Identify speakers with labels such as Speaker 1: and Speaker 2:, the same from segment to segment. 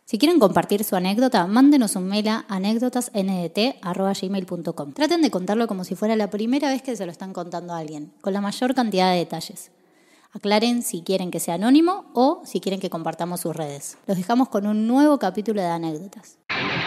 Speaker 1: Si quieren compartir su anécdota, mándenos un mail a anécdotasndt@gmail.com. Traten de contarlo como si fuera la primera vez que se lo están contando a alguien, con la mayor cantidad de detalles. Aclaren si quieren que sea anónimo o si quieren que compartamos sus redes. Los dejamos con un nuevo capítulo de anécdotas.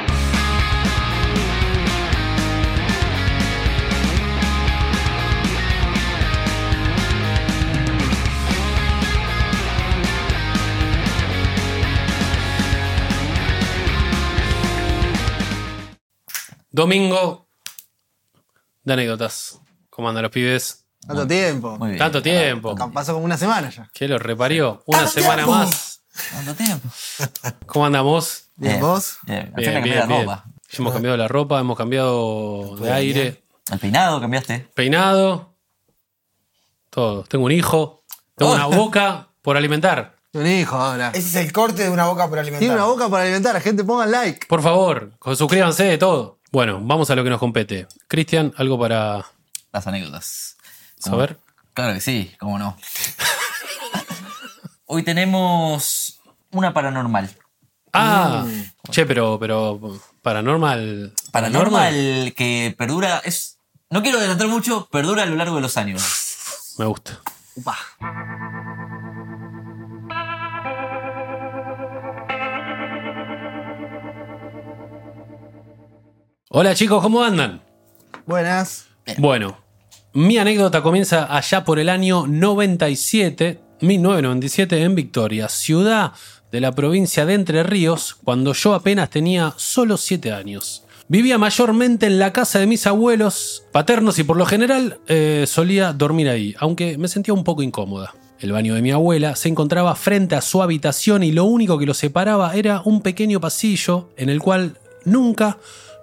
Speaker 2: Domingo de anécdotas. ¿Cómo andan los pibes?
Speaker 3: Tanto tiempo.
Speaker 4: Muy bien.
Speaker 2: Tanto tiempo.
Speaker 3: Pasó como una semana ya.
Speaker 2: ¿Qué lo reparió? Una semana más.
Speaker 4: ¿Cuánto tiempo?
Speaker 2: ¿Cómo andamos?
Speaker 3: ¿Bien vos?
Speaker 4: Bien. Al fin cambié la ropa.
Speaker 2: Ya hemos cambiado la ropa, hemos cambiado de aire.
Speaker 4: ¿El peinado cambiaste?
Speaker 2: Peinado. Todo. Tengo un hijo. Tengo una boca por alimentar.
Speaker 3: Un hijo ahora.
Speaker 5: Ese es el corte de una boca por alimentar.
Speaker 3: Tiene una boca para alimentar. La gente ponga like.
Speaker 2: Por favor, suscríbanse de todo. Bueno, vamos a lo que nos compete. Cristian, algo para
Speaker 4: Las anécdotas.
Speaker 2: saber.
Speaker 4: Claro que sí, cómo no. Hoy tenemos una paranormal.
Speaker 2: Che, pero paranormal.
Speaker 4: Paranormal que perdura. No quiero adelantar mucho, perdura a lo largo de los años.
Speaker 2: Me gusta.
Speaker 3: Upa.
Speaker 2: Hola chicos, ¿cómo andan?
Speaker 3: Buenas.
Speaker 2: Bueno, mi anécdota comienza allá por el año 1997 en Victoria, ciudad de la provincia de Entre Ríos, cuando yo apenas tenía solo 7 años. Vivía mayormente en la casa de mis abuelos paternos y por lo general solía dormir ahí, aunque me sentía un poco incómoda. El baño de mi abuela se encontraba frente a su habitación y lo único que lo separaba era un pequeño pasillo en el cual nunca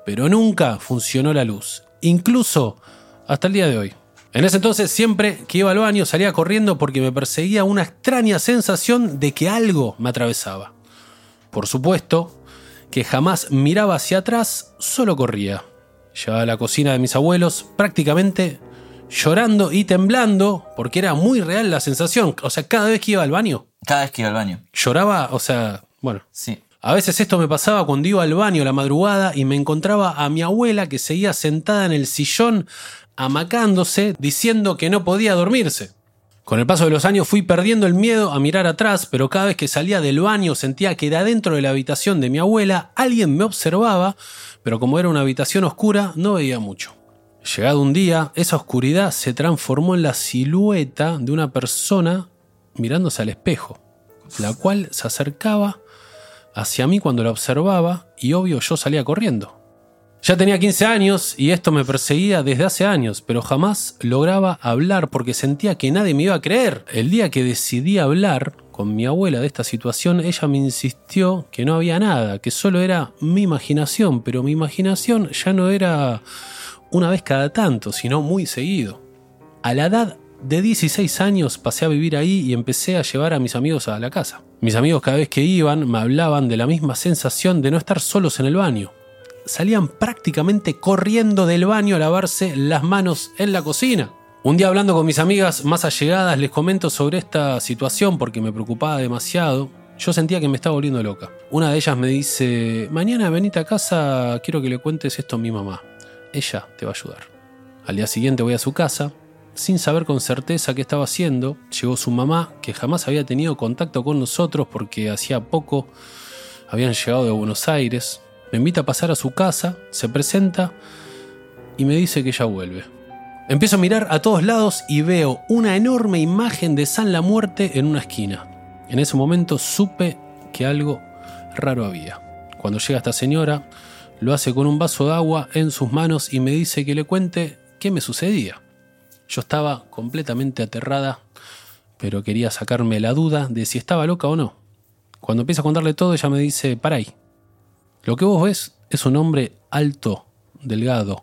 Speaker 2: funcionó la luz, incluso hasta el día de hoy. En ese entonces siempre que iba al baño salía corriendo porque me perseguía una extraña sensación de que algo me atravesaba. Por supuesto que jamás miraba hacia atrás, solo corría. Llegaba a la cocina de mis abuelos prácticamente llorando y temblando porque era muy real la sensación. O sea, cada vez que iba al baño.
Speaker 4: Cada vez que iba al baño.
Speaker 2: Lloraba, o sea, bueno.
Speaker 4: Sí.
Speaker 2: A veces esto me pasaba cuando iba al baño a la madrugada y me encontraba a mi abuela que seguía sentada en el sillón amacándose, diciendo que no podía dormirse. Con el paso de los años fui perdiendo el miedo a mirar atrás, pero cada vez que salía del baño sentía que de adentro de la habitación de mi abuela alguien me observaba, pero como era una habitación oscura no veía mucho. Llegado un día, esa oscuridad se transformó en la silueta de una persona mirándose al espejo, la cual se acercaba hacia mí cuando la observaba y obvio yo salía corriendo. Ya tenía 15 años y esto me perseguía desde hace años, pero jamás lograba hablar porque sentía que nadie me iba a creer. El día que decidí hablar con mi abuela de esta situación, ella me insistió que no había nada, que solo era mi imaginación, pero mi imaginación ya no era una vez cada tanto, sino muy seguido. A la edad de 16 años pasé a vivir ahí y empecé a llevar a mis amigos a la casa. Mis amigos cada vez que iban me hablaban de la misma sensación de no estar solos en el baño. Salían prácticamente corriendo del baño a lavarse las manos en la cocina. Un día hablando con mis amigas más allegadas les comento sobre esta situación porque me preocupaba demasiado. Yo sentía que me estaba volviendo loca. Una de ellas me dice: mañana venite a casa, quiero que le cuentes esto a mi mamá. Ella te va a ayudar. Al día siguiente voy a su casa. Sin saber con certeza qué estaba haciendo, llegó su mamá, que jamás había tenido contacto con nosotros porque hacía poco habían llegado de Buenos Aires. Me invita a pasar a su casa, se presenta y me dice que ella vuelve. Empiezo a mirar a todos lados y veo una enorme imagen de San la Muerte en una esquina. En ese momento supe que algo raro había. Cuando llega esta señora, lo hace con un vaso de agua en sus manos y me dice que le cuente qué me sucedía. Yo estaba completamente aterrada, pero quería sacarme la duda de si estaba loca o no. Cuando empiezo a contarle todo, ella me dice: para ahí. Lo que vos ves es un hombre alto, delgado,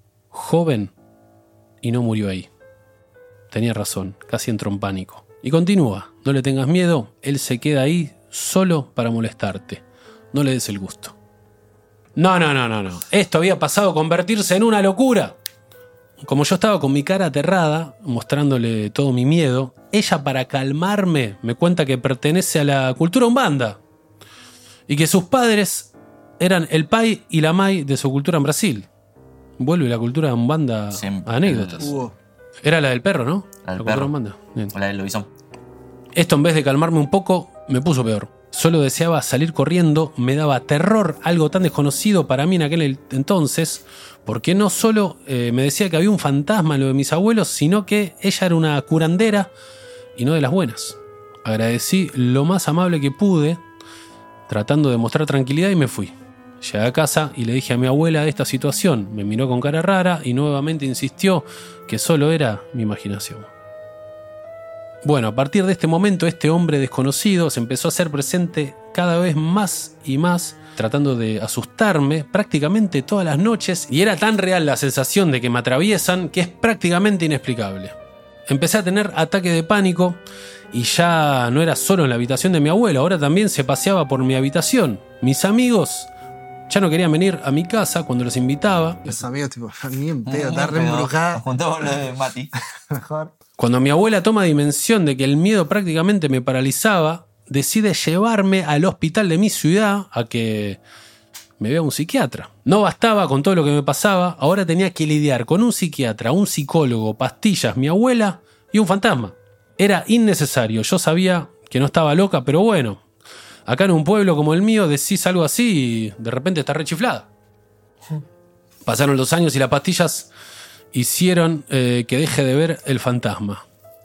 Speaker 2: joven, y no murió ahí. Tenía razón, casi entró en pánico. Y continúa: no le tengas miedo, él se queda ahí solo para molestarte. No le des el gusto. No. Esto había pasado a convertirse en una locura. Como yo estaba con mi cara aterrada, mostrándole todo mi miedo, ella, para calmarme, me cuenta que pertenece a la cultura umbanda. y que sus padres eran el pai y la mai de su cultura en Brasil. Vuelve la cultura en banda
Speaker 4: Siempre.
Speaker 2: a anécdotas. Era la del perro, ¿no?
Speaker 4: La del
Speaker 2: cultura
Speaker 4: perro.
Speaker 2: en banda. Bien.
Speaker 4: O la del lobizón.
Speaker 2: Esto, en vez de calmarme un poco, me puso peor. Solo deseaba salir corriendo, me daba terror algo tan desconocido para mí en aquel entonces, porque no solo me decía que había un fantasma en lo de mis abuelos, sino que ella era una curandera y no de las buenas. Agradecí lo más amable que pude, tratando de mostrar tranquilidad, y me fui. Llegué a casa y le dije a mi abuela de esta situación. Me miró con cara rara y nuevamente insistió que solo era mi imaginación. Bueno, a partir de este momento, este hombre desconocido se empezó a hacer presente cada vez más y más, tratando de asustarme prácticamente todas las noches, y era tan real la sensación de que me atraviesan que es prácticamente inexplicable. Empecé a tener ataque de pánico y ya no era solo en la habitación de mi abuela, ahora también se paseaba por mi habitación. Mis amigos ya no querían venir a mi casa cuando los invitaba.
Speaker 3: Los amigos, tipo, ni en pedo, está
Speaker 4: Nos
Speaker 3: re embrujada.
Speaker 4: juntamos lo de Mati.
Speaker 3: Mejor.
Speaker 2: Cuando mi abuela toma dimensión de que el miedo prácticamente me paralizaba, decide llevarme al hospital de mi ciudad a que me vea un psiquiatra. No bastaba con todo lo que me pasaba, ahora tenía que lidiar con un psiquiatra, un psicólogo, pastillas, mi abuela y un fantasma. Era innecesario, yo sabía que no estaba loca, pero bueno, acá en un pueblo como el mío decís algo así y de repente estás rechiflada. Pasaron los años y las pastillas hicieron que deje de ver el fantasma.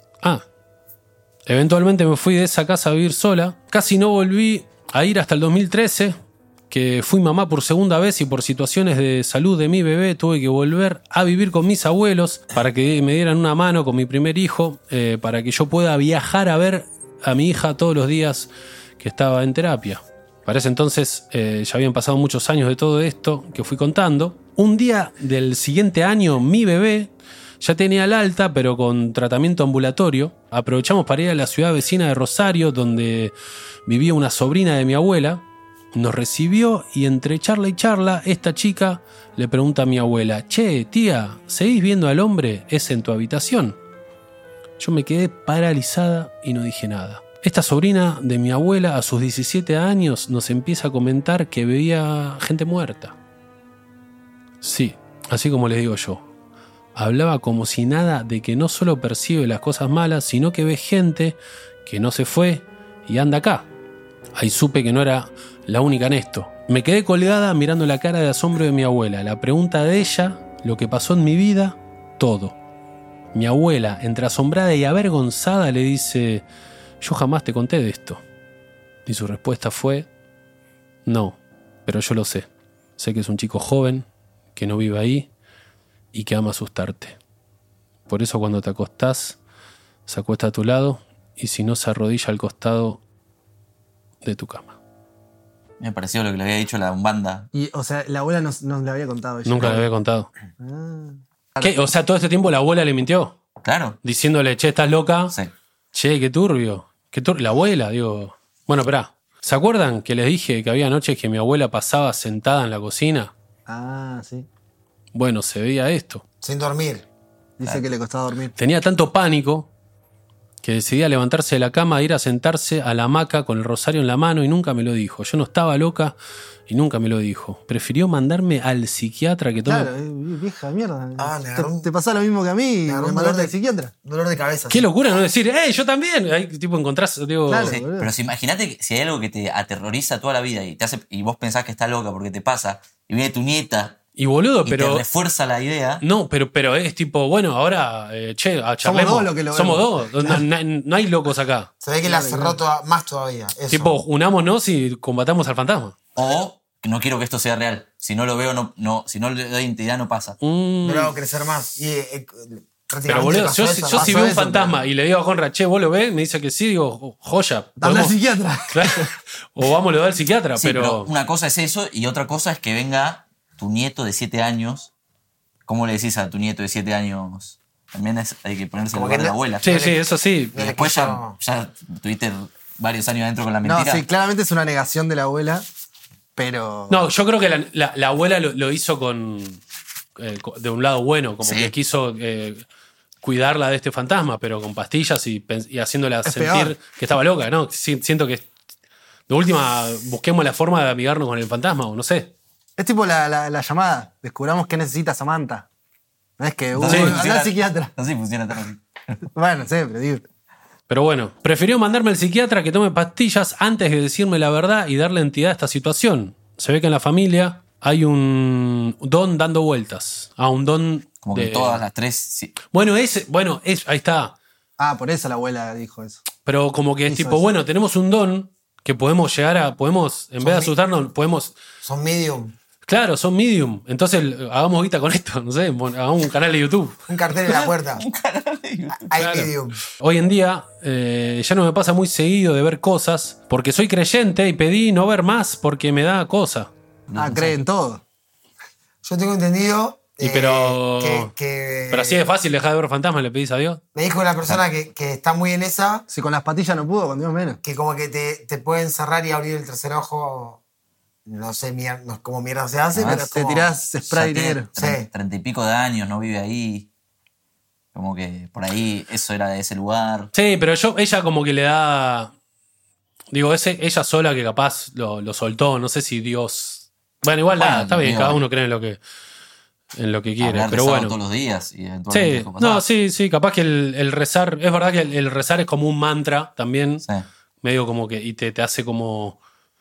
Speaker 2: Eventualmente me fui de esa casa a vivir sola. Casi no volví a ir hasta el 2013, que fui mamá por segunda vez y por situaciones de salud de mi bebé tuve que volver a vivir con mis abuelos para que me dieran una mano con mi primer hijo, para que yo pueda viajar a ver a mi hija todos los días que estaba en terapia. Para ese entonces ya habían pasado muchos años de todo esto que fui contando. Un día del siguiente año, mi bebé ya tenía el alta, pero con tratamiento ambulatorio. Aprovechamos para ir a la ciudad vecina de Rosario, donde vivía una sobrina de mi abuela. Nos recibió y entre charla y charla, esta chica le pregunta a mi abuela: «Che, tía, ¿seguís viendo al hombre ese en tu habitación?». Yo me quedé paralizada y no dije nada. Esta sobrina de mi abuela, a sus 17 años, nos empieza a comentar que veía gente muerta. Sí, así como les digo yo. Hablaba como si nada de que no solo percibe las cosas malas, sino que ve gente que no se fue y anda acá. Ahí supe que no era la única en esto. Me quedé colgada mirando la cara de asombro de mi abuela. La pregunta de ella, lo que pasó en mi vida, todo. Mi abuela, entre asombrada y avergonzada, le dice: «Yo jamás te conté de esto». Y su respuesta fue: «No, pero yo lo sé. Sé que es un chico joven, que no vive ahí y que ama asustarte. Por eso cuando te acostás, se acuesta a tu lado y si no, se arrodilla al costado de tu cama».
Speaker 4: Me pareció lo que le había dicho la Umbanda.
Speaker 3: Y, o sea, la abuela nos le había contado eso.
Speaker 2: Nunca le había contado.
Speaker 3: Ah.
Speaker 2: ¿Qué? O sea, todo este tiempo la abuela le mintió,
Speaker 4: Claro.
Speaker 2: diciéndole: «Che, estás loca».
Speaker 4: Sí.
Speaker 2: «Che, qué turbio». La abuela, digo. Bueno, esperá. ¿Se acuerdan que les dije que había noches que mi abuela pasaba sentada en la cocina?
Speaker 3: Ah, sí.
Speaker 2: Bueno, se veía esto.
Speaker 5: Sin dormir.
Speaker 3: Dice que le costaba dormir.
Speaker 2: Tenía tanto pánico que decidía levantarse de la cama e ir a sentarse a la hamaca con el rosario en la mano y nunca me lo dijo. Yo no estaba loca y nunca me lo dijo. Prefirió mandarme al psiquiatra que tome...
Speaker 3: Claro, vieja mierda.
Speaker 5: Ah, me agarró un-
Speaker 3: te pasa lo mismo que a mí,
Speaker 5: Me agarró
Speaker 3: me
Speaker 5: un
Speaker 3: mandaste
Speaker 5: dolor
Speaker 3: al psiquiatra.
Speaker 5: Dolor de cabeza.
Speaker 2: Qué
Speaker 5: sí.
Speaker 2: locura no decir: «¡Ey, yo también!». Ahí tipo encontrás, digo...
Speaker 3: Claro.
Speaker 4: Sí,
Speaker 3: boludo.
Speaker 4: pero si imagínate que si hay algo que te aterroriza toda la vida y te hace y vos pensás que está loca porque te pasa y viene tu nieta
Speaker 2: Y boludo,
Speaker 4: y
Speaker 2: pero...
Speaker 4: te refuerza la idea.
Speaker 2: No, pero es tipo, bueno, ahora, charlemos.
Speaker 3: dos los que lo
Speaker 2: Somos
Speaker 3: vemos.
Speaker 2: dos. No hay locos acá.
Speaker 5: Se ve que la cerró más todavía. Eso.
Speaker 2: Tipo, unámonos y combatamos al fantasma.
Speaker 4: O que no quiero que esto sea real. Si no lo veo, si no le doy identidad, no pasa.
Speaker 5: No lo hago crecer más. Y prácticamente
Speaker 2: Pero boludo,
Speaker 5: pasó
Speaker 2: yo
Speaker 5: eso,
Speaker 2: si
Speaker 5: pasó
Speaker 2: veo un
Speaker 5: eso,
Speaker 2: fantasma y le digo a Conrad: «Che, ¿vos lo ves?», me dice que sí, digo: «Joya».
Speaker 3: Habla al
Speaker 2: podemos-
Speaker 3: psiquiatra.
Speaker 2: Claro. O vámonos al psiquiatra,
Speaker 4: Sí, pero
Speaker 2: pero...
Speaker 4: una cosa es eso y otra cosa es que venga tu nieto de 7 años. ¿Cómo le decís a tu nieto de 7 años? También hay que ponerse en el
Speaker 5: Como
Speaker 4: lugar
Speaker 5: que
Speaker 4: de la abuela.
Speaker 2: Sí, eso sí.
Speaker 4: Y después ya tuviste varios años adentro con la
Speaker 3: No,
Speaker 4: mentira.
Speaker 3: sí, claramente es una negación de la abuela, pero...
Speaker 2: No, yo creo que la abuela lo hizo de un lado bueno, como
Speaker 4: Sí.
Speaker 2: que quiso cuidarla de este fantasma, pero con pastillas y haciéndola
Speaker 3: Es
Speaker 2: sentir
Speaker 3: peor.
Speaker 2: que estaba loca, ¿no? Siento que De última, busquemos la forma de amigarnos con el fantasma, o no sé.
Speaker 3: Es tipo la llamada. Descubramos qué necesita Samantha. No es que
Speaker 2: Sí.
Speaker 3: anda al psiquiatra.
Speaker 4: No sé si funciona tan así.
Speaker 3: Bueno, sí, pero digo.
Speaker 2: Pero bueno, prefirió mandarme al psiquiatra que tome pastillas antes de decirme la verdad y darle entidad a esta situación. Se ve que en la familia hay un don dando vueltas. Un don
Speaker 4: Como que todas las tres. Sí.
Speaker 2: Bueno, ahí está.
Speaker 3: Ah, por eso la abuela dijo eso.
Speaker 2: Pero como que es
Speaker 3: Hizo
Speaker 2: tipo,
Speaker 3: eso.
Speaker 2: bueno, tenemos un don que podemos llegar a, en vez de asustarnos, podemos...
Speaker 5: Son medium.
Speaker 2: Claro, son medium. Entonces hagamos guita con esto, no sé, hagamos un canal de YouTube.
Speaker 5: Un cartel en la puerta. Hay
Speaker 2: Claro.
Speaker 5: medium.
Speaker 2: Hoy en día ya no me pasa muy seguido de ver cosas porque soy creyente y pedí no ver más porque me da cosa.
Speaker 3: Cree en todo.
Speaker 5: Yo tengo entendido
Speaker 2: Pero
Speaker 5: que
Speaker 2: así de fácil dejar de ver fantasmas, le pedís a Dios.
Speaker 5: me dijo una persona que está muy en esa,
Speaker 3: Si con las patillas no pudo, con Dios menos.
Speaker 5: que como que te pueden cerrar y abrir el tercer ojo. No sé cómo mierda se hace,
Speaker 4: Además,
Speaker 5: pero es
Speaker 3: Te
Speaker 5: como...
Speaker 3: tirás spray
Speaker 4: Ya tiene
Speaker 3: negro.
Speaker 5: Sí.
Speaker 4: 30 y pico de años, no vive ahí. Como que por ahí eso era de ese lugar.
Speaker 2: Sí, pero ella como que le da... Digo, ella sola que capaz lo soltó, no sé si Dios... Bueno, igual
Speaker 4: Bueno,
Speaker 2: nada, está bien,
Speaker 4: digo,
Speaker 2: cada uno cree en lo que quiere,
Speaker 4: Hablar de
Speaker 2: pero
Speaker 4: sábado
Speaker 2: bueno.
Speaker 4: todos los días y eventualmente
Speaker 2: Sí,
Speaker 4: dejo pasar.
Speaker 2: no, sí, capaz que el rezar, es verdad que el rezar es como un mantra también,
Speaker 4: Sí.
Speaker 2: medio como que, y te hace como...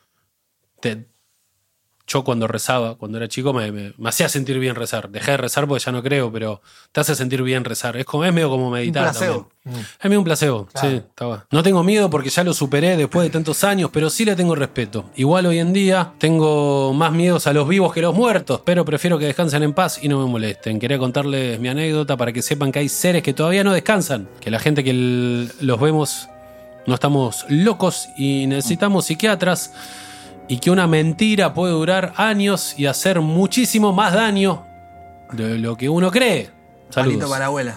Speaker 2: Yo cuando rezaba, cuando era chico, me hacía sentir bien rezar. Dejé de rezar porque ya no creo, pero te hace sentir bien rezar. Es medio como meditar
Speaker 3: Un placebo.
Speaker 2: también. Es medio un placebo,
Speaker 5: Claro.
Speaker 2: sí, estaba. No tengo miedo porque ya lo superé después de tantos años, pero sí le tengo respeto. Igual hoy en día tengo más miedos a los vivos que a los muertos, pero prefiero que descansen en paz y no me molesten. Quería contarles mi anécdota para que sepan que hay seres que todavía no descansan, que la gente que los vemos no estamos locos y necesitamos psiquiatras. Y que una mentira puede durar años y hacer muchísimo más daño de lo que uno cree. Saludos.
Speaker 3: Palito para la abuela.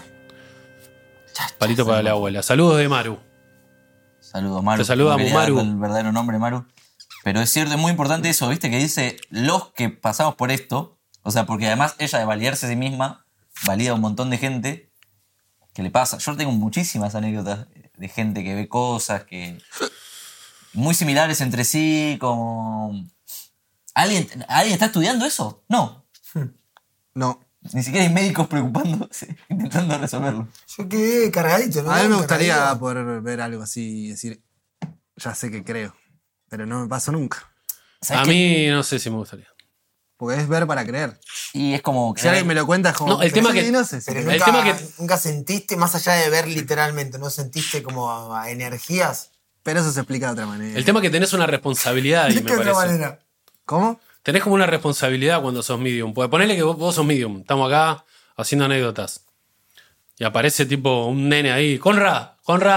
Speaker 2: Palito para la abuela. Saludos de Maru.
Speaker 4: Saludos, Maru.
Speaker 2: Te saludamos,
Speaker 4: No quería
Speaker 2: Maru.
Speaker 4: darle el verdadero nombre, Maru. Pero es cierto, es muy importante eso, ¿viste? Que dice los que pasamos por esto. O sea, porque además ella de validarse a sí misma, valida a un montón de gente que le pasa. Yo tengo muchísimas anécdotas de gente que ve cosas que... muy similares entre sí, como... ¿Alguien está estudiando eso? No.
Speaker 3: No.
Speaker 4: Ni siquiera hay médicos preocupándose, intentando resolverlo.
Speaker 5: Yo quedé cargadito, ¿no?
Speaker 3: A mí me gustaría
Speaker 5: Cargadito.
Speaker 3: poder ver algo así y decir, ya sé que creo, pero no me pasó nunca.
Speaker 4: ¿Sabes
Speaker 2: A
Speaker 4: qué?
Speaker 2: mí no sé si me gustaría.
Speaker 3: Porque es ver para creer.
Speaker 4: Y es como...
Speaker 3: Si alguien me lo cuenta es como...
Speaker 2: No, el tema que-
Speaker 3: no sé si
Speaker 5: Pero
Speaker 3: creo.
Speaker 2: El
Speaker 5: nunca,
Speaker 2: tema que-
Speaker 5: nunca sentiste, más allá de ver literalmente, ¿no sentiste como a energías?
Speaker 3: Pero eso se explica de otra manera.
Speaker 2: El tema es que tenés una responsabilidad ahí,
Speaker 5: ¿De
Speaker 2: me
Speaker 5: qué otra
Speaker 2: parece.
Speaker 5: manera?
Speaker 3: ¿Cómo?
Speaker 2: Tenés como una responsabilidad cuando sos medium. Porque ponele que vos sos medium. Estamos acá haciendo anécdotas. Y aparece tipo un nene ahí. Conrad.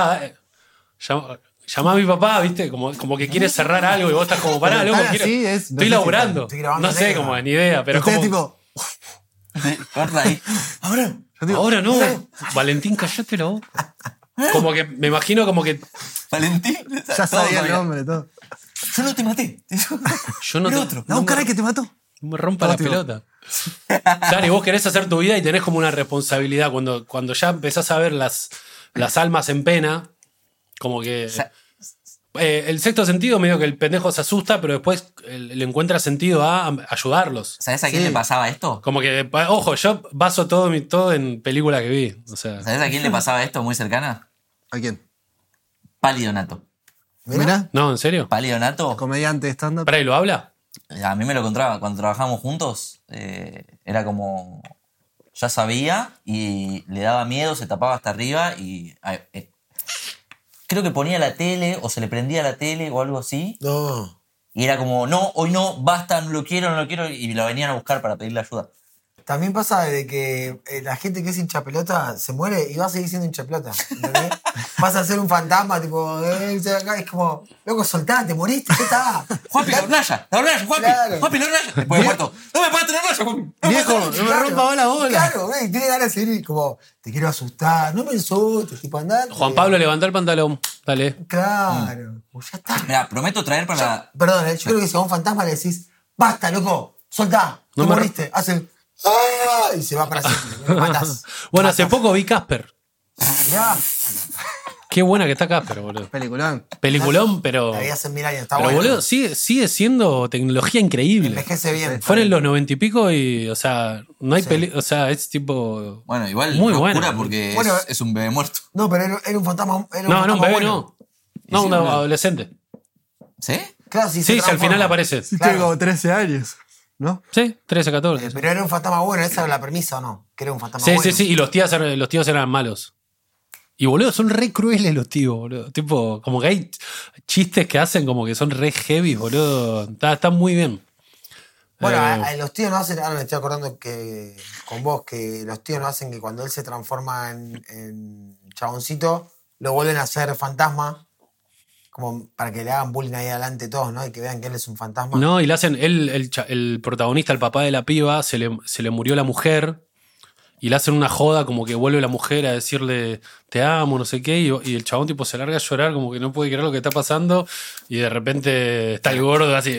Speaker 2: Llama a mi papá, ¿viste? Como que quiere cerrar algo y vos estás como, pará, loco,
Speaker 3: Ah, sí, no
Speaker 2: estoy
Speaker 3: sé
Speaker 2: laburando.
Speaker 5: estoy grabando
Speaker 2: No sé,
Speaker 5: anécdota.
Speaker 2: como ni idea, pero es
Speaker 3: Ustedes
Speaker 2: como...
Speaker 3: tipo...
Speaker 4: Corta ahí.
Speaker 5: Ahora,
Speaker 3: yo digo,
Speaker 2: Ahora no. Valentín, callate la boca. Como que, me imagino como que
Speaker 4: Valentín.
Speaker 3: ya sabía el nombre, todo.
Speaker 4: Yo no te maté.
Speaker 2: yo no
Speaker 4: Era
Speaker 2: te...
Speaker 4: otro.
Speaker 3: No, caray, que te mató.
Speaker 2: No me rompa
Speaker 3: No,
Speaker 2: la
Speaker 3: tipo-
Speaker 2: pelota. Claro, y vos querés hacer tu vida y tenés como una responsabilidad. Cuando ya empezás a ver las almas en pena, como que...
Speaker 4: sea-
Speaker 2: el sexto sentido, medio que el pendejo se asusta, pero después le encuentra sentido a ayudarlos.
Speaker 4: ¿Sabes a quién
Speaker 3: Sí.
Speaker 4: le pasaba esto?
Speaker 2: Como que, ojo, yo baso todo en película que vi. O sea,
Speaker 4: ¿Sabes a quién le pasaba esto muy cercana?
Speaker 3: ¿A quién?
Speaker 4: Palidonato.
Speaker 3: Mira,
Speaker 2: ¿no? ¿En serio?
Speaker 4: Palidonato,
Speaker 3: comediante stand-up.
Speaker 2: ¿Para ahí lo habla?
Speaker 4: a mí me lo contaba cuando trabajábamos juntos. Era como. Ya sabía y le daba miedo, se tapaba hasta arriba y. Creo que ponía la tele o se le prendía la tele o algo así.
Speaker 5: no.
Speaker 4: Y era como, no, hoy no, basta, no lo quiero. Y lo venían a buscar para pedirle ayuda.
Speaker 5: También pasa de que la gente que es hincha pelota se muere y va a seguir siendo hincha pelota. ¿Entendés? Vas a ser un fantasma, tipo, es como, loco, soltá, te moriste, ya está.
Speaker 4: Juanpi, la hornalla, Juanpi,
Speaker 5: Claro.
Speaker 4: Juanpi, la hornalla. Después de muerto, no me pagaste la hornalla, Juanpi. No me
Speaker 3: Viejo,
Speaker 4: pagaste la
Speaker 3: no me rompa vos la bola.
Speaker 5: Claro, tiene ganas de seguir como, te quiero asustar, no me insultes, tipo, andar.
Speaker 2: Juan Pablo, levanta el pantalón. Dale.
Speaker 5: Claro, pues ya está.
Speaker 4: Mira, prometo traer para...
Speaker 5: Perdón, yo creo que si a un fantasma le decís, basta, loco, soltá,
Speaker 2: No
Speaker 5: te
Speaker 2: me
Speaker 5: moriste, hace, ¡ah! Y se va para siempre, lo matás.
Speaker 2: Bueno, hace poco vi Casper.
Speaker 5: Mirá,
Speaker 2: Qué buena que está Casper, boludo.
Speaker 3: Peliculón.
Speaker 2: Peliculón, pero.
Speaker 5: La vi hace 1000 años, está
Speaker 2: Pero,
Speaker 5: bueno.
Speaker 2: boludo, sigue siendo tecnología increíble.
Speaker 5: Envejece bien.
Speaker 2: Fue en los 90 y pico y, o sea, no hay
Speaker 5: Sí.
Speaker 2: o sea, es tipo.
Speaker 4: Bueno, igual
Speaker 2: Muy
Speaker 4: no
Speaker 2: buena.
Speaker 4: cura porque
Speaker 5: Bueno,
Speaker 4: es un bebé muerto.
Speaker 5: No, pero era un fantasma. Era
Speaker 2: No, un
Speaker 5: fantasma
Speaker 2: bebé
Speaker 5: bueno.
Speaker 2: no. No,
Speaker 4: Sí,
Speaker 2: un
Speaker 4: boludo.
Speaker 2: adolescente.
Speaker 4: ¿Sí?
Speaker 5: Claro,
Speaker 2: Sí, si al final
Speaker 5: transforma.
Speaker 2: aparece.
Speaker 3: Sí,
Speaker 5: Claro.
Speaker 3: tiene como 13 años, ¿no?
Speaker 2: Sí, 13, 14.
Speaker 5: Pero era un fantasma bueno, esa era la premisa, ¿o no? Que era un fantasma
Speaker 2: Sí,
Speaker 5: bueno.
Speaker 2: sí, sí. Y los tíos eran malos. Y boludo, son re crueles los tíos, boludo. Tipo, como que hay chistes que hacen como que son re heavy, boludo. Está muy bien.
Speaker 5: Bueno,
Speaker 2: Eh,
Speaker 5: a los tíos no hacen, ahora me estoy acordando que con vos, que los tíos no hacen que cuando él se transforma en chaboncito, lo vuelven a hacer fantasma, como para que le hagan bullying ahí adelante todos, ¿no? Y que vean que él es un fantasma.
Speaker 2: no, y le hacen, el protagonista, el papá de la piba, se le murió la mujer. Y le hacen una joda como que vuelve la mujer a decirle te amo, no sé qué, y el chabón tipo se larga a llorar como que no puede creer lo que está pasando y de repente está el gordo así.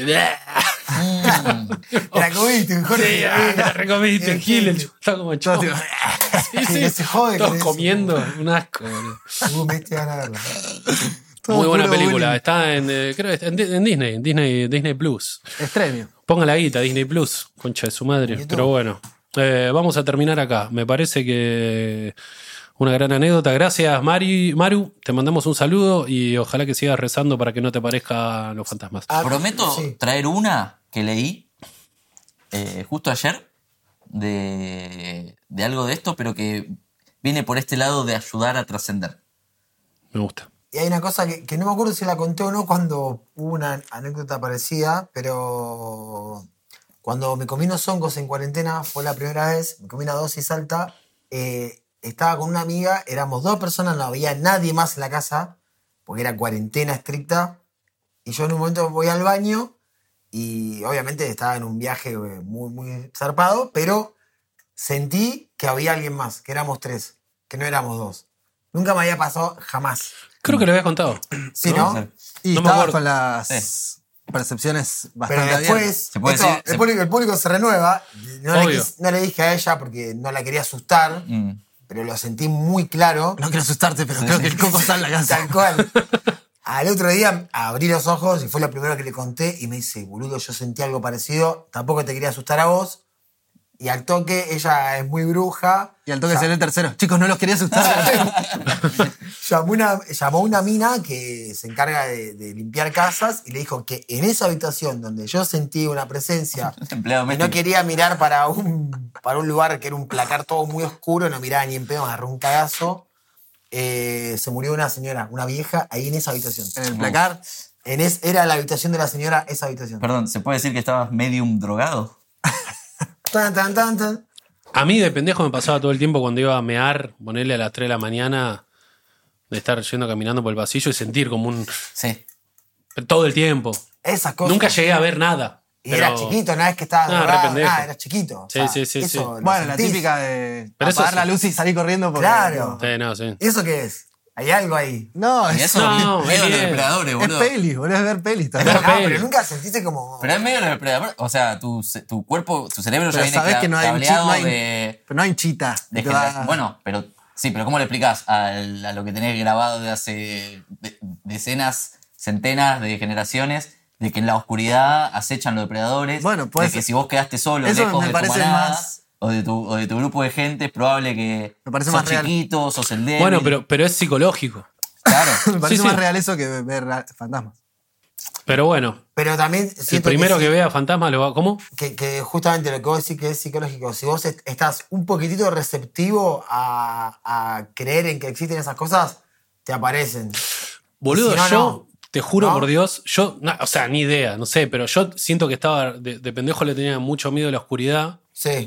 Speaker 5: La comiste, Jorge.
Speaker 2: Sí, te la recomiste, Gil, el chabón está como chavo.
Speaker 5: Sí, no se jode
Speaker 2: todos
Speaker 5: con eso.
Speaker 2: comiendo, un asco. Boludo.
Speaker 5: Me estoy ganando verla.
Speaker 3: Todo
Speaker 2: Muy buena
Speaker 3: puro
Speaker 2: película,
Speaker 3: bullying.
Speaker 2: está en, creo que está en Disney Plus.
Speaker 3: Extremio.
Speaker 2: Ponga la guita, Disney Plus, concha de su madre.
Speaker 5: YouTube.
Speaker 2: Pero bueno, vamos a terminar acá. Me parece que una gran anécdota. Gracias, Maru. Te mandamos un saludo y ojalá que sigas rezando para que no te parezcan los fantasmas.
Speaker 5: Ah,
Speaker 4: Prometo
Speaker 5: sí.
Speaker 4: traer una que leí justo ayer de algo de esto, pero que viene por este lado de ayudar a trascender.
Speaker 2: Me gusta.
Speaker 5: Y hay una cosa que no me acuerdo si la conté o no cuando hubo una anécdota parecida, pero cuando me comí unos hongos en cuarentena, fue la primera vez, me comí una dosis alta, estaba con una amiga, éramos 2 personas, no había nadie más en la casa, porque era cuarentena estricta, y yo en un momento voy al baño, y obviamente estaba en un viaje muy, muy zarpado, pero sentí que había alguien más, que éramos 3, que no éramos 2. Nunca me había pasado jamás.
Speaker 2: Creo que lo habías contado.
Speaker 5: ¿Sí, no?
Speaker 3: Y
Speaker 2: No me
Speaker 3: estabas
Speaker 2: acuerdo.
Speaker 3: con las percepciones
Speaker 5: Pero
Speaker 3: bastante
Speaker 5: después,
Speaker 3: abiertas.
Speaker 4: Se puede
Speaker 5: esto,
Speaker 4: decir-
Speaker 5: el público se renueva.
Speaker 2: Obvio.
Speaker 5: No le dije a ella porque no la quería asustar, pero lo sentí muy claro.
Speaker 3: No quiero asustarte, pero creo que el coco está en la casa.
Speaker 5: Tal cual. Al otro día abrí los ojos y fue lo primero que le conté y me dice, boludo, yo sentí algo parecido, tampoco te quería asustar a vos. Y al toque, ella es muy bruja.
Speaker 3: Y al toque salió el tercero. Chicos, no los quería asustar.
Speaker 5: Llamó una mina que se encarga de limpiar casas y le dijo que en esa habitación donde yo sentí una presencia
Speaker 4: Empleado
Speaker 5: y no
Speaker 4: doméstico.
Speaker 5: quería mirar para un lugar que era un placar todo muy oscuro, no miraba ni en pedo, me agarró un cagazo. Se murió una señora, una vieja, ahí en esa habitación.
Speaker 3: En el placar.
Speaker 5: Era la habitación de la señora, esa habitación.
Speaker 4: Perdón, ¿se puede decir que estabas medium drogado?
Speaker 5: Tan, tan, tan, tan.
Speaker 2: A mí de pendejo me pasaba todo el tiempo cuando iba a mear, ponerle a las 3 de la mañana, de estar yendo caminando por el pasillo y sentir como un...
Speaker 4: Sí.
Speaker 2: Todo el tiempo.
Speaker 5: Esas cosas.
Speaker 2: Nunca llegué a ver nada.
Speaker 5: Y
Speaker 2: pero-
Speaker 5: era chiquito, no es que estaba
Speaker 2: Ah, re
Speaker 5: drogado,
Speaker 2: pendejo.
Speaker 5: nada, era chiquito.
Speaker 2: Sí, sí,
Speaker 5: eso
Speaker 2: sí.
Speaker 5: lo
Speaker 3: Bueno, la
Speaker 5: sentís.
Speaker 3: típica de
Speaker 2: Pero eso
Speaker 3: apagar
Speaker 2: sí.
Speaker 3: la luz y salir corriendo porque...
Speaker 5: Claro.
Speaker 2: Sí, no, sí.
Speaker 5: ¿Y eso qué es? Hay algo ahí.
Speaker 3: No,
Speaker 4: Y
Speaker 3: es,
Speaker 4: eso
Speaker 2: No,
Speaker 4: es medio
Speaker 2: es
Speaker 4: los
Speaker 2: bien.
Speaker 4: depredadores,
Speaker 3: es
Speaker 4: boludo.
Speaker 3: peli, boludo, es ver pelis también.
Speaker 2: Pero
Speaker 5: No,
Speaker 2: peli.
Speaker 5: pero nunca sentiste como...
Speaker 4: Pero es medio los depredadores. O sea, tu cuerpo, tu cerebro ya
Speaker 3: Pero
Speaker 4: viene
Speaker 3: sabés que no hay un
Speaker 4: cableado
Speaker 3: no hay-
Speaker 4: de
Speaker 3: Pero no hay un chita.
Speaker 4: de
Speaker 3: que te va-
Speaker 4: generación. Bueno, pero sí, pero ¿cómo le explicás a lo que tenés grabado de hace decenas, centenas de generaciones de que en la oscuridad acechan los depredadores?
Speaker 3: Bueno, pues,
Speaker 4: de que si vos quedaste solo,
Speaker 3: eso
Speaker 4: lejos
Speaker 3: me
Speaker 4: de tu
Speaker 3: parece
Speaker 4: manada,
Speaker 3: más-
Speaker 4: o de tu grupo de gente, es probable que
Speaker 3: Me parece
Speaker 4: sos
Speaker 3: más real.
Speaker 4: chiquito, sos el débil.
Speaker 2: Bueno, pero es psicológico.
Speaker 4: Claro.
Speaker 3: Me parece
Speaker 2: Sí,
Speaker 3: más
Speaker 2: sí.
Speaker 3: real eso que ver fantasmas.
Speaker 2: Pero bueno,
Speaker 5: Pero también
Speaker 2: el
Speaker 5: siento
Speaker 2: primero
Speaker 5: sí,
Speaker 2: que vea fantasma lo va... ¿Cómo?
Speaker 5: que justamente lo que vos decís que es psicológico, si vos estás un poquitito receptivo a creer en que existen esas cosas, te aparecen.
Speaker 2: Boludo,
Speaker 5: Si no,
Speaker 2: yo
Speaker 5: no.
Speaker 2: te juro
Speaker 5: ¿No?
Speaker 2: por Dios, o sea, ni idea, no sé, pero yo siento que estaba, de pendejo le tenía mucho miedo a la oscuridad
Speaker 5: Sí.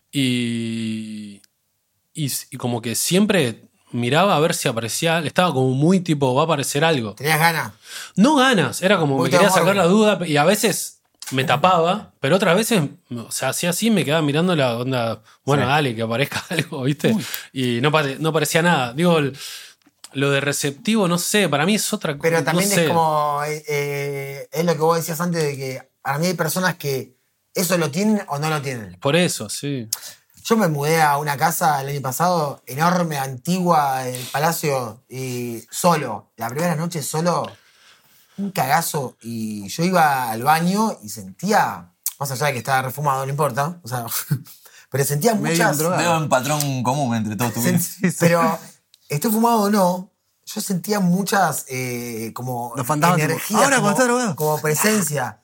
Speaker 2: y como que siempre miraba a ver si aparecía, estaba como muy tipo, va a aparecer algo.
Speaker 5: ¿Tenías ganas?
Speaker 2: No ganas, era como
Speaker 5: Un
Speaker 2: me
Speaker 5: poquito
Speaker 2: quería
Speaker 5: de
Speaker 2: sacar
Speaker 5: morbo.
Speaker 2: la duda y a veces me tapaba, pero otras veces, o sea, hacía así, me quedaba mirando la onda, bueno,
Speaker 4: Sí.
Speaker 2: dale, que aparezca algo, ¿viste? Y no parecía nada. Digo, lo de receptivo, no sé, para mí es otra cosa.
Speaker 5: Pero también
Speaker 2: no sé.
Speaker 5: es como, es lo que vos decías antes de que para mí hay personas que eso lo tienen o no lo tienen.
Speaker 2: Por eso, sí.
Speaker 5: Yo me mudé a una casa el año pasado, enorme, antigua, el palacio, y solo. La primera noche solo, un cagazo. Y yo iba al baño y sentía, más allá de que estaba refumado, no importa, o sea, pero sentía
Speaker 3: Medio
Speaker 5: muchas...
Speaker 3: drogado.
Speaker 4: Veo un patrón común entre todos tus
Speaker 5: Pero, esté fumado o no, yo sentía muchas como
Speaker 3: Los fantasmas, tipo,
Speaker 5: energía,
Speaker 3: ahora
Speaker 5: como,
Speaker 3: cuando está drogado.
Speaker 5: como presencia.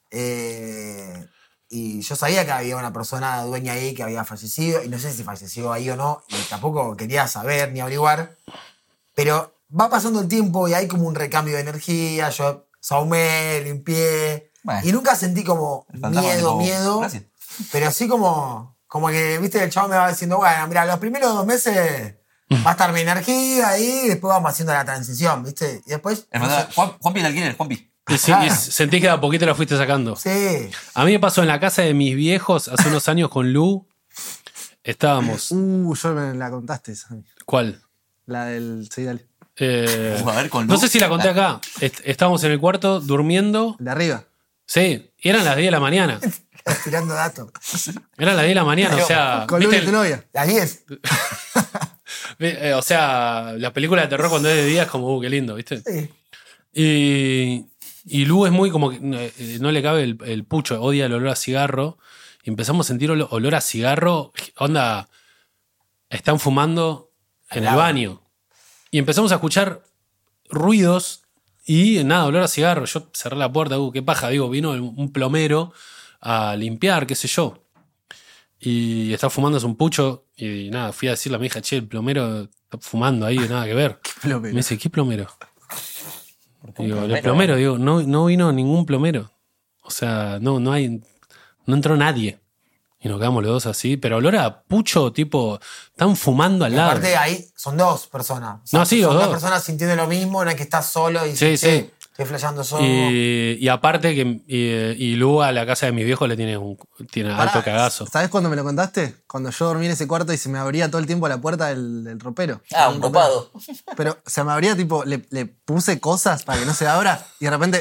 Speaker 5: Y yo sabía que había una persona dueña ahí que había fallecido, y no sé si falleció ahí o no, y tampoco quería saber ni averiguar. Pero va pasando el tiempo y hay como un recambio de energía, yo saumé, limpié,
Speaker 4: Bueno.
Speaker 5: y nunca sentí como
Speaker 4: El fantasma
Speaker 5: miedo,
Speaker 4: tipo, gracias.
Speaker 5: pero así como que, viste, el chavo me va diciendo, bueno, mira, los primeros 2 meses va a estar mi energía ahí, y después vamos haciendo la transición, viste, y después...
Speaker 4: Es verdad. Juanpi el alquiler, Juanpi.
Speaker 2: Y sentís que de a poquito la fuiste sacando.
Speaker 5: Sí.
Speaker 2: A mí me pasó en la casa de mis viejos hace unos años con Lu. Estábamos.
Speaker 3: Yo me la contaste esa.
Speaker 2: ¿Cuál?
Speaker 3: La del. Sí, dale.
Speaker 4: A ver, con
Speaker 2: No
Speaker 4: Lu.
Speaker 2: sé si la conté acá. Estábamos en el cuarto durmiendo.
Speaker 3: De arriba.
Speaker 2: Sí, y eran las 10 de la mañana.
Speaker 5: Estás tirando datos.
Speaker 2: Eran las 10 de la mañana, o sea.
Speaker 3: Con Lu
Speaker 2: ¿viste
Speaker 3: y tu novia.
Speaker 5: Las 10.
Speaker 2: o sea, la película de terror cuando es de día es como, qué lindo, ¿viste?
Speaker 5: Sí.
Speaker 2: Y Lu es muy como que no le cabe el pucho, odia el olor a cigarro. Y empezamos a sentir olor a cigarro. Onda, están fumando en el baño. Y empezamos a escuchar ruidos y nada, olor a cigarro. Yo cerré la puerta, qué paja, digo, vino un plomero a limpiar, qué sé yo. Y está fumándose un pucho. Y nada, fui a decirle a mi hija, che, el plomero está fumando ahí, nada que ver.
Speaker 3: Plomero.
Speaker 2: Me dice, ¿qué plomero? Digo, el plomero, digo, no vino ningún plomero. O sea, no entró nadie. Y nos quedamos los dos así, pero olor a pucho, tipo, están fumando al
Speaker 5: Y
Speaker 2: lado.
Speaker 5: aparte ahí son 2 personas. O sea,
Speaker 2: No, sí,
Speaker 5: son
Speaker 2: los
Speaker 5: dos
Speaker 2: dos.
Speaker 5: personas sintiendo lo mismo, no es que estás solo y
Speaker 2: Sí,
Speaker 5: dices,
Speaker 2: sí.
Speaker 5: "Che, estoy flasheando solo".
Speaker 2: Y aparte que y Lu a la casa de mis viejos le tiene alto
Speaker 3: Pará,
Speaker 2: cagazo.
Speaker 3: ¿Sabés cuándo me lo contaste? Cuando yo dormí en ese cuarto y se me abría todo el tiempo la puerta del ropero.
Speaker 4: Ah, un copado.
Speaker 3: Pero se me abría, tipo, le puse cosas para que no se abra y de repente.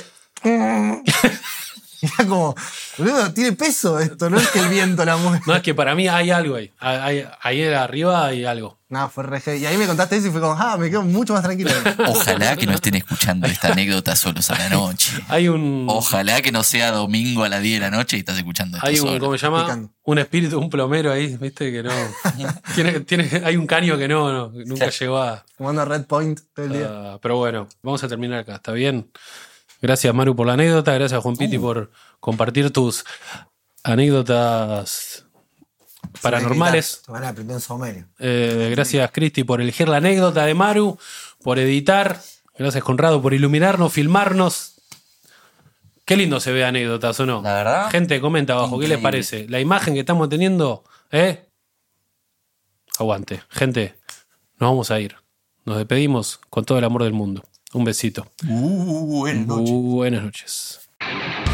Speaker 3: Y era como, boludo, tiene peso esto, no es que el viento la mueve.
Speaker 2: No, es que para mí hay algo ahí. Ahí arriba hay algo.
Speaker 3: No, fue re heavy. Y ahí me contaste eso y fue como, me quedo mucho más tranquilo.
Speaker 4: Ojalá que no estén escuchando esta anécdota solos a la noche.
Speaker 2: Hay un.
Speaker 4: Ojalá que no sea domingo a las 10 de la noche y estás escuchando esto
Speaker 2: Hay un,
Speaker 4: solo.
Speaker 2: ¿cómo se llama?
Speaker 3: Picando.
Speaker 2: Un espíritu, un plomero ahí, viste, que no. Hay un caño que nunca llegó a.
Speaker 3: Jugando a Red Point todo el día.
Speaker 2: Pero bueno, vamos a terminar acá, ¿está bien? Gracias, Maru, por la anécdota. Gracias, Juan Piti, por compartir tus anécdotas paranormales.
Speaker 5: Te van a aprender un saumerio.
Speaker 2: Gracias, Cristi, por elegir la anécdota de Maru, por editar. Gracias, Conrado, por iluminarnos, filmarnos. Qué lindo se ve anécdotas, ¿o no?
Speaker 4: La verdad,
Speaker 2: Gente, comenta abajo, ¿qué les
Speaker 4: increíble.
Speaker 2: parece? La imagen que estamos teniendo, Aguante. Gente, nos vamos a ir. Nos despedimos con todo el amor del mundo. Un besito.
Speaker 4: Buenas noches.
Speaker 2: Buenas noches.